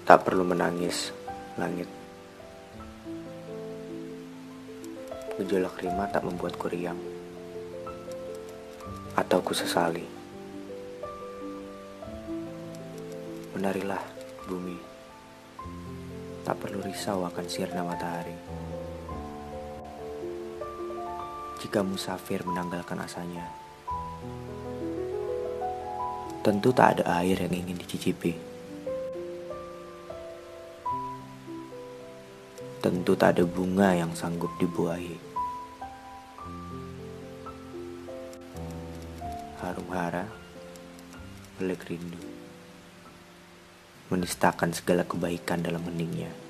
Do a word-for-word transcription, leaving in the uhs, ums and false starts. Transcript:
Tak perlu menangis, langit. Gejolak rima tak membuatku riang, atau ku sesali. Menarilah, bumi. Tak perlu risau akan sirna matahari. Jika musafir menanggalkan asanya, tentu tak ada air yang ingin dicicipi. Tentu tak ada bunga yang sanggup dibuahi. Harum hara, belek rindu, menistakan segala kebaikan dalam heningnya.